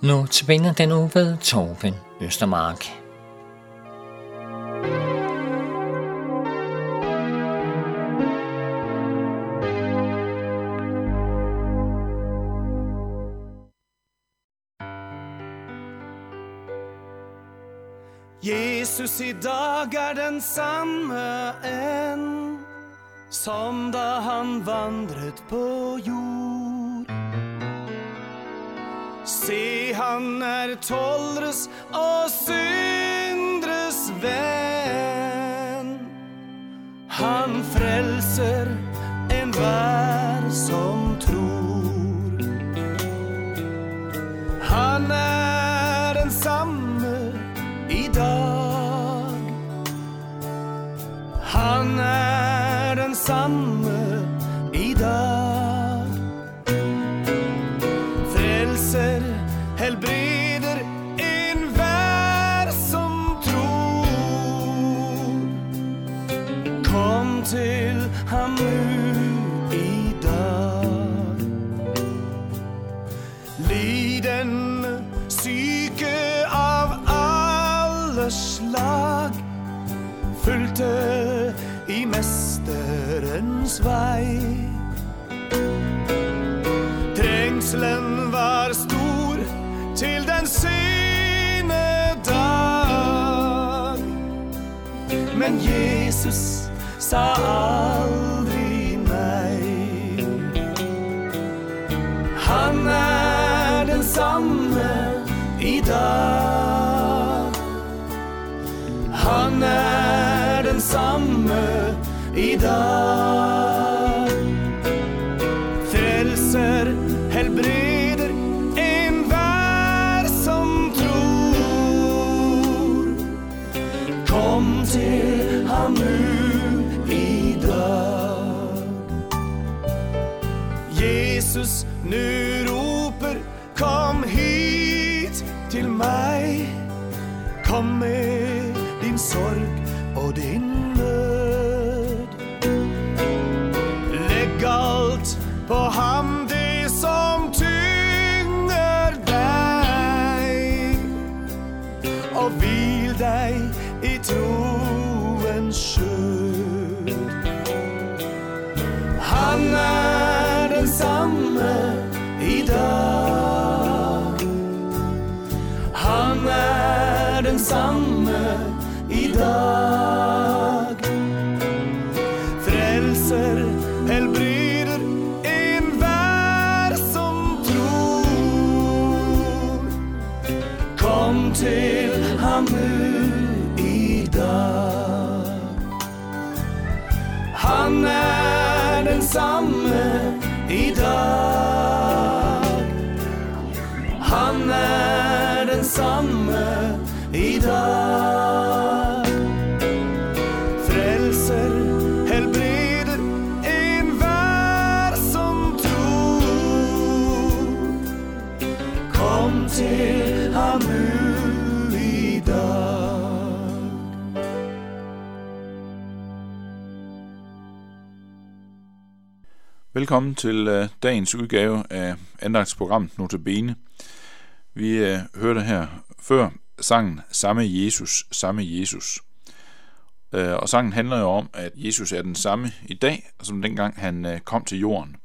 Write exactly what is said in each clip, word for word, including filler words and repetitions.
Nu tilbage den uge ved Torben Østermark. Jesus i dag er den samme enn, som da han vandret på jord. Se, han er toldres og syndres venn. Han frelser enhver som tror. Han er den samme i dag. Han er den samme i dag. Frelser, helbreder enhver som tror. Kom til ham nu i dag. Lidende, syke av alle slag, fulgte i mesterens vei. Trengselen var stor til den sene dag, men Jesus sa aldri nei. Han er den samme i dag. Han er den samme i dag. Frelser, helbreder enhver som tror. Kom til ham nu i dag. Jesus nu roper, kom hit til mig. Kom med din sorg og din nød. Læg alt på ham, det som tynger dig, og hvil dig i troens skjød. Han er den samme i dag. Han er den samme i dag. Frelser, helbreder enhver som tror. Kom til ham nu i dag. Han er den samme i dag. Han er den samme i dag. Frelser, helbreder enhver som tror. Kom til ham nu i dag. Velkommen til uh, dagens udgave af andagtsprogrammet Notabene. Vi uh, hørte her før sangen Samme Jesus, samme Jesus. Uh, og sangen handler jo om, at Jesus er den samme i dag, som dengang han uh, kom til jorden.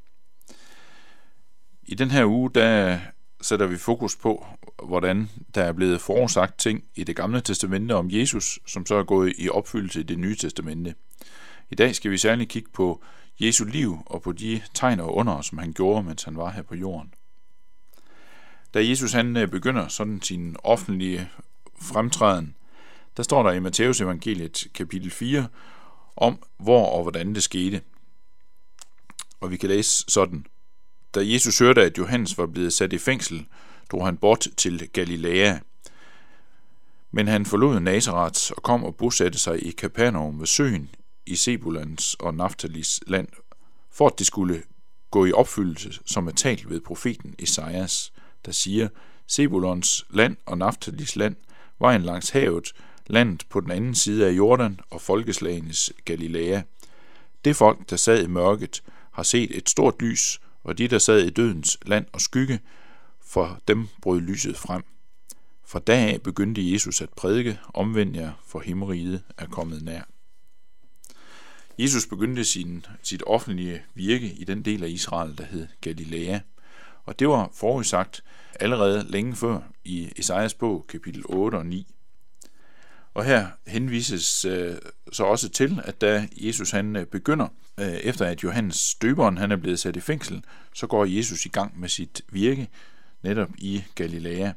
I den her uge, der sætter vi fokus på, hvordan der er blevet forudsagt ting i det gamle testamente om Jesus, som så er gået i opfyldelse i det nye testamente. I dag skal vi særligt kigge på Jesu liv og på de tegn og under, som han gjorde, mens han var her på jorden. Da Jesus han begynder sådan sin offentlige fremtræden, der står der i Matteus evangeliet kapitel fire om, hvor og hvordan det skete. Og vi kan læse sådan: Da Jesus hørte, at Johannes var blevet sat i fængsel, drog han bort til Galilea. Men han forlod Nazaret og kom og bosatte sig i Kapernaum ved søen i Sebulans og Naftalis land, for at det skulle gå i opfyldelse, som er talt ved profeten Esajas, der siger: Sebulons land og Naftalis land, vejen langs havet, landet på den anden side af Jordan og folkeslagenes Galilea. Det folk, der sad i mørket, har set et stort lys, og de, der sad i dødens land og skygge, For dem brød lyset frem. Fra da af begyndte Jesus at prædike, omvend jer, for himmeriget er kommet nær. Jesus begyndte sin, sit offentlige virke i den del af Israel, der hed Galilea. Og det var forudsagt allerede længe før i Esajas bog, kapitel otte og ni. Og her henvises øh, så også til, at da Jesus han øh, begynder, øh, efter at Johannes døberen han er blevet sat i fængsel, så går Jesus i gang med sit virke netop i Galilea.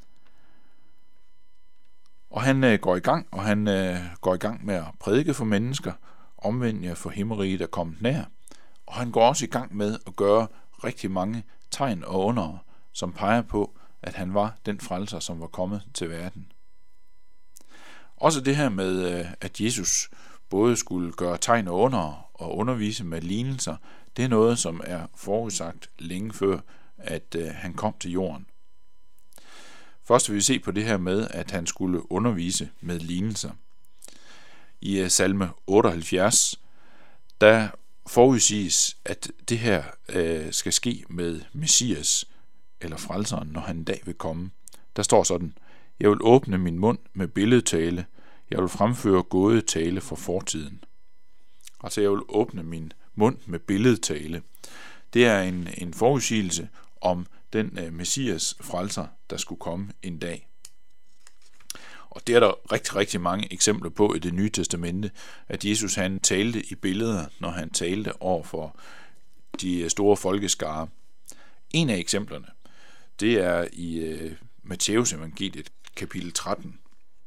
Og han øh, går i gang, og han øh, går i gang med at prædike for mennesker, omvend jer, for himmeriget er kommet nær. Og han går også i gang med at gøre rigtig mange tegn og under, som peger på, at han var den frelser, som var kommet til verden. Også det her med, at Jesus både skulle gøre tegn og under og undervise med lignelser, det er noget, som er forudsagt længe før, at han kom til jorden. Først vil vi se på det her med, at han skulle undervise med lignelser. I salme otteoghalvfjerds, der forudsiges, at det her øh, skal ske med Messias, eller frelseren, når han en dag vil komme. Der står sådan: Jeg vil åbne min mund med billedtale, jeg vil fremføre gåde tale for fortiden. Altså, jeg vil åbne min mund med billedtale. Det er en, en forudsigelse om den øh, Messias frelser, der skulle komme en dag. Og det er der rigtig, rigtig mange eksempler på i Det Nye Testamente, at Jesus han talte i billeder, når han talte over for de store folkeskare. En af eksemplerne, det er i øh, Matthæus evangeliet, kapitel tretten.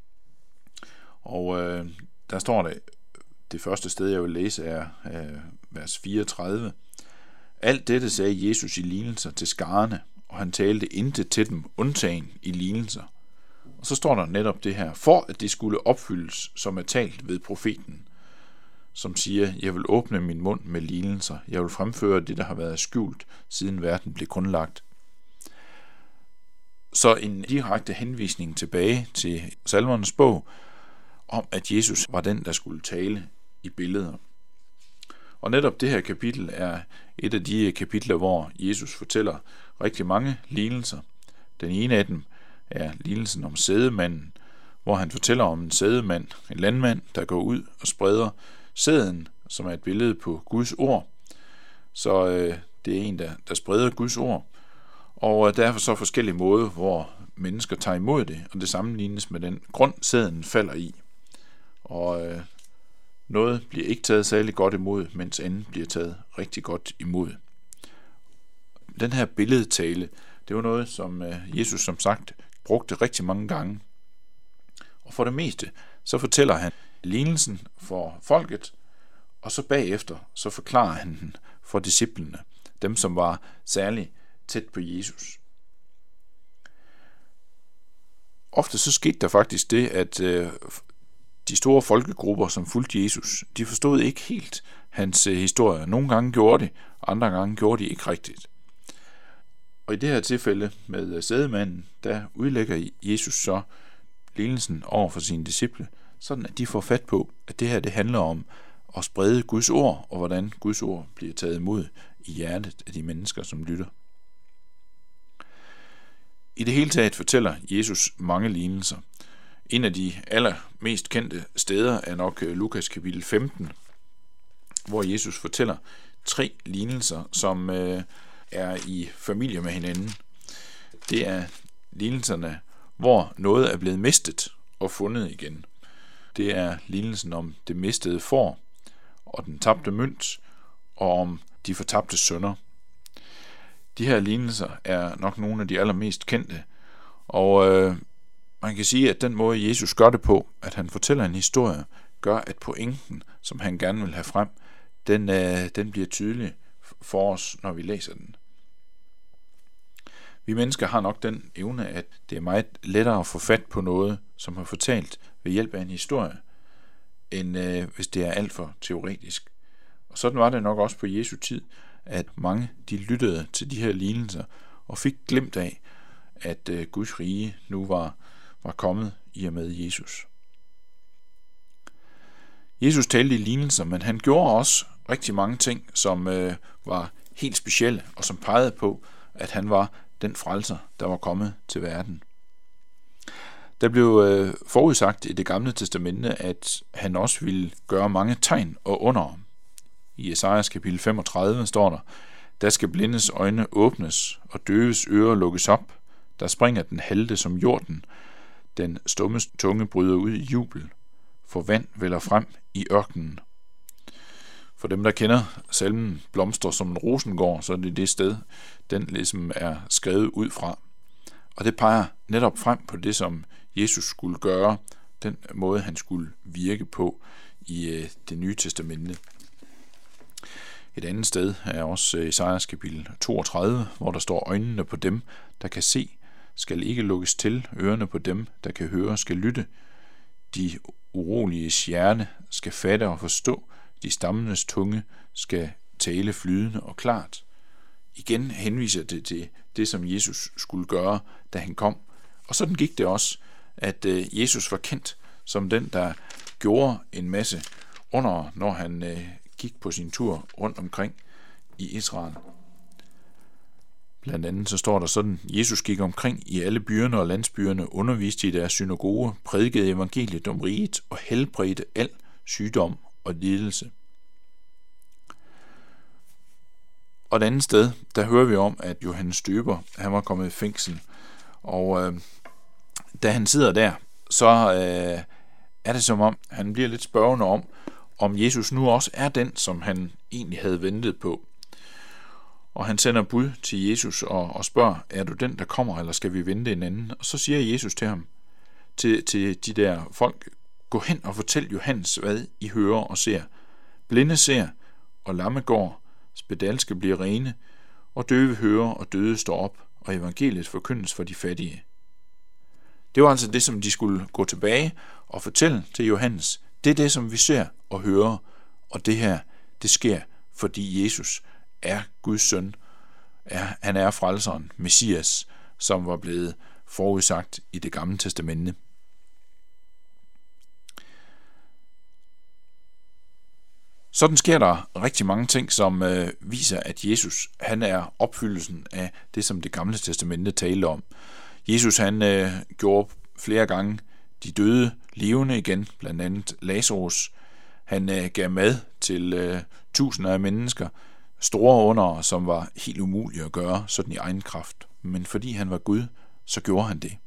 Og øh, der står der, det første sted, jeg vil læse, er øh, vers fireogtredive. Alt dette sagde Jesus i lignelser til skarne, og han talte intet til dem, undtagen i lignelser. Og så står der netop det her, for at det skulle opfyldes, som er talt ved profeten, som siger, jeg vil åbne min mund med lignelser, jeg vil fremføre det, der har været skjult, siden verden blev grundlagt. Så en direkte henvisning tilbage til Salmernes bog, om at Jesus var den, der skulle tale i billeder. Og netop det her kapitel er et af de kapitler, hvor Jesus fortæller rigtig mange lignelser. Den ene af dem er lignelsen om sædemanden, hvor han fortæller om en sædemand, en landmand, der går ud og spreder sæden, som er et billede på Guds ord. Så øh, det er en, der, der spreder Guds ord. Og der er så forskellige måder, hvor mennesker tager imod det, og det sammenlignes med den grund, sæden falder i. Og øh, noget bliver ikke taget særlig godt imod, mens andet bliver taget rigtig godt imod. Den her billedtale, det var noget, som øh, Jesus som sagt brugte rigtig mange gange. Og for det meste, så fortæller han lignelsen for folket, og så bagefter, så forklarer han den for disciplene, dem som var særligt tæt på Jesus. Ofte så skete der faktisk det, at øh, de store folkegrupper, som fulgte Jesus, de forstod ikke helt hans øh, historie. Nogle gange gjorde de, andre gange gjorde de ikke rigtigt. Og i det her tilfælde med sædemanden, der udlægger Jesus så lignelsen over for sine disciple, sådan at de får fat på, at det her det handler om at sprede Guds ord, og hvordan Guds ord bliver taget imod i hjertet af de mennesker, som lytter. I det hele taget fortæller Jesus mange lignelser. En af de allermest kendte steder er nok Lukas kapitel femten, hvor Jesus fortæller tre lignelser, som øh, er i familie med hinanden. Det er lignelserne, hvor noget er blevet mistet og fundet igen. Det er lignelsen om det mistede får og den tabte mønt og om de fortabte sønner. De her lignelser er nok nogle af de allermest kendte, og øh, man kan sige, at den måde Jesus gør det på, at han fortæller en historie, gør at pointen, som han gerne vil have frem, den, øh, den bliver tydelig for os, når vi læser den. Vi mennesker har nok den evne, at det er meget lettere at få fat på noget, som er fortalt ved hjælp af en historie, end øh, hvis det er alt for teoretisk. Og sådan var det nok også på Jesu tid, at mange de lyttede til de her lignelser og fik glimt af, at øh, Guds rige nu var, var kommet i og med Jesus. Jesus talte i lignelser, men han gjorde også rigtig mange ting, som øh, var helt specielle og som pegede på, at han var den frelser, der var kommet til verden. Der blev øh, forudsagt i Det Gamle Testamente, at han også ville gøre mange tegn og under. I Esajas kapitel femogtredive står der, der skal blindes øjne åbnes, og døves ører lukkes op. Der springer den halte som jorden. Den stumme tunge bryder ud i jubel. For vand vælder frem i ørkenen. For dem, der kender salmen Blomster som en rosengård, så er det det sted, den ligesom er skrevet ud fra. Og det peger netop frem på det, som Jesus skulle gøre, den måde, han skulle virke på i Det Nye Testamente. Et andet sted er også Esajas kapitel toogtredive, hvor der står, øjnene på dem, der kan se, skal ikke lukkes til, ørerne på dem, der kan høre, skal lytte. De urolige hjerne skal fatte og forstå, de stammendes tunge skal tale flydende og klart. Igen henviser det til det, som Jesus skulle gøre, da han kom. Og sådan gik det også, at Jesus var kendt som den, der gjorde en masse under, når han gik på sin tur rundt omkring i Israel. Blandt andet så står der sådan, Jesus gik omkring i alle byerne og landsbyerne, underviste i deres synagoger, prædikede evangeliet om riget og helbredte al sygdom og lidelse. Og et andet sted, der hører vi om, at Johannes Døber, han var kommet i fængsel, og øh, da han sidder der, så øh, er det som om, han bliver lidt spørgende om, om Jesus nu også er den, som han egentlig havde ventet på. Og han sender bud til Jesus og, og spørger, er du den, der kommer, eller skal vi vente en anden? Og så siger Jesus til ham, til, til de der folk, gå hen og fortæl Johannes, hvad I hører og ser. Blinde ser, og lamme går, spedalske bliver rene, og døve hører, og døde står op, og evangeliet forkyndes for de fattige. Det var altså det, som de skulle gå tilbage og fortælle til Johannes. Det er det, som vi ser og hører, og det her, det sker, fordi Jesus er Guds søn. Er, han er frelseren, Messias, som var blevet forudsagt i Det Gamle Testamente. Sådan sker der rigtig mange ting, som øh, viser, at Jesus han er opfyldelsen af det, som Det Gamle Testamente talte om. Jesus han øh, gjorde flere gange de døde levende igen, blandt andet Lazarus. Han øh, gav mad til øh, tusinder af mennesker, store under, som var helt umulige at gøre sådan i egen kraft. Men fordi han var Gud, så gjorde han det.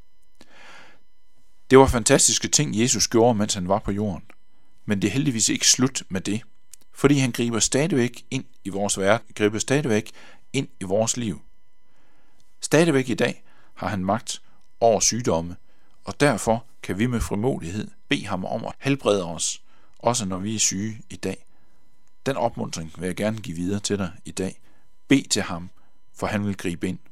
Det var fantastiske ting, Jesus gjorde, mens han var på jorden. Men det er heldigvis ikke slut med det, fordi han griber stadigvæk ind i vores verden, griber stadigvæk ind i vores liv. Stadigvæk i dag har han magt over sygdomme, og derfor kan vi med frimodighed bede ham om at helbrede os, også når vi er syge i dag. Den opmuntring vil jeg gerne give videre til dig i dag. Bed til ham, for han vil gribe ind.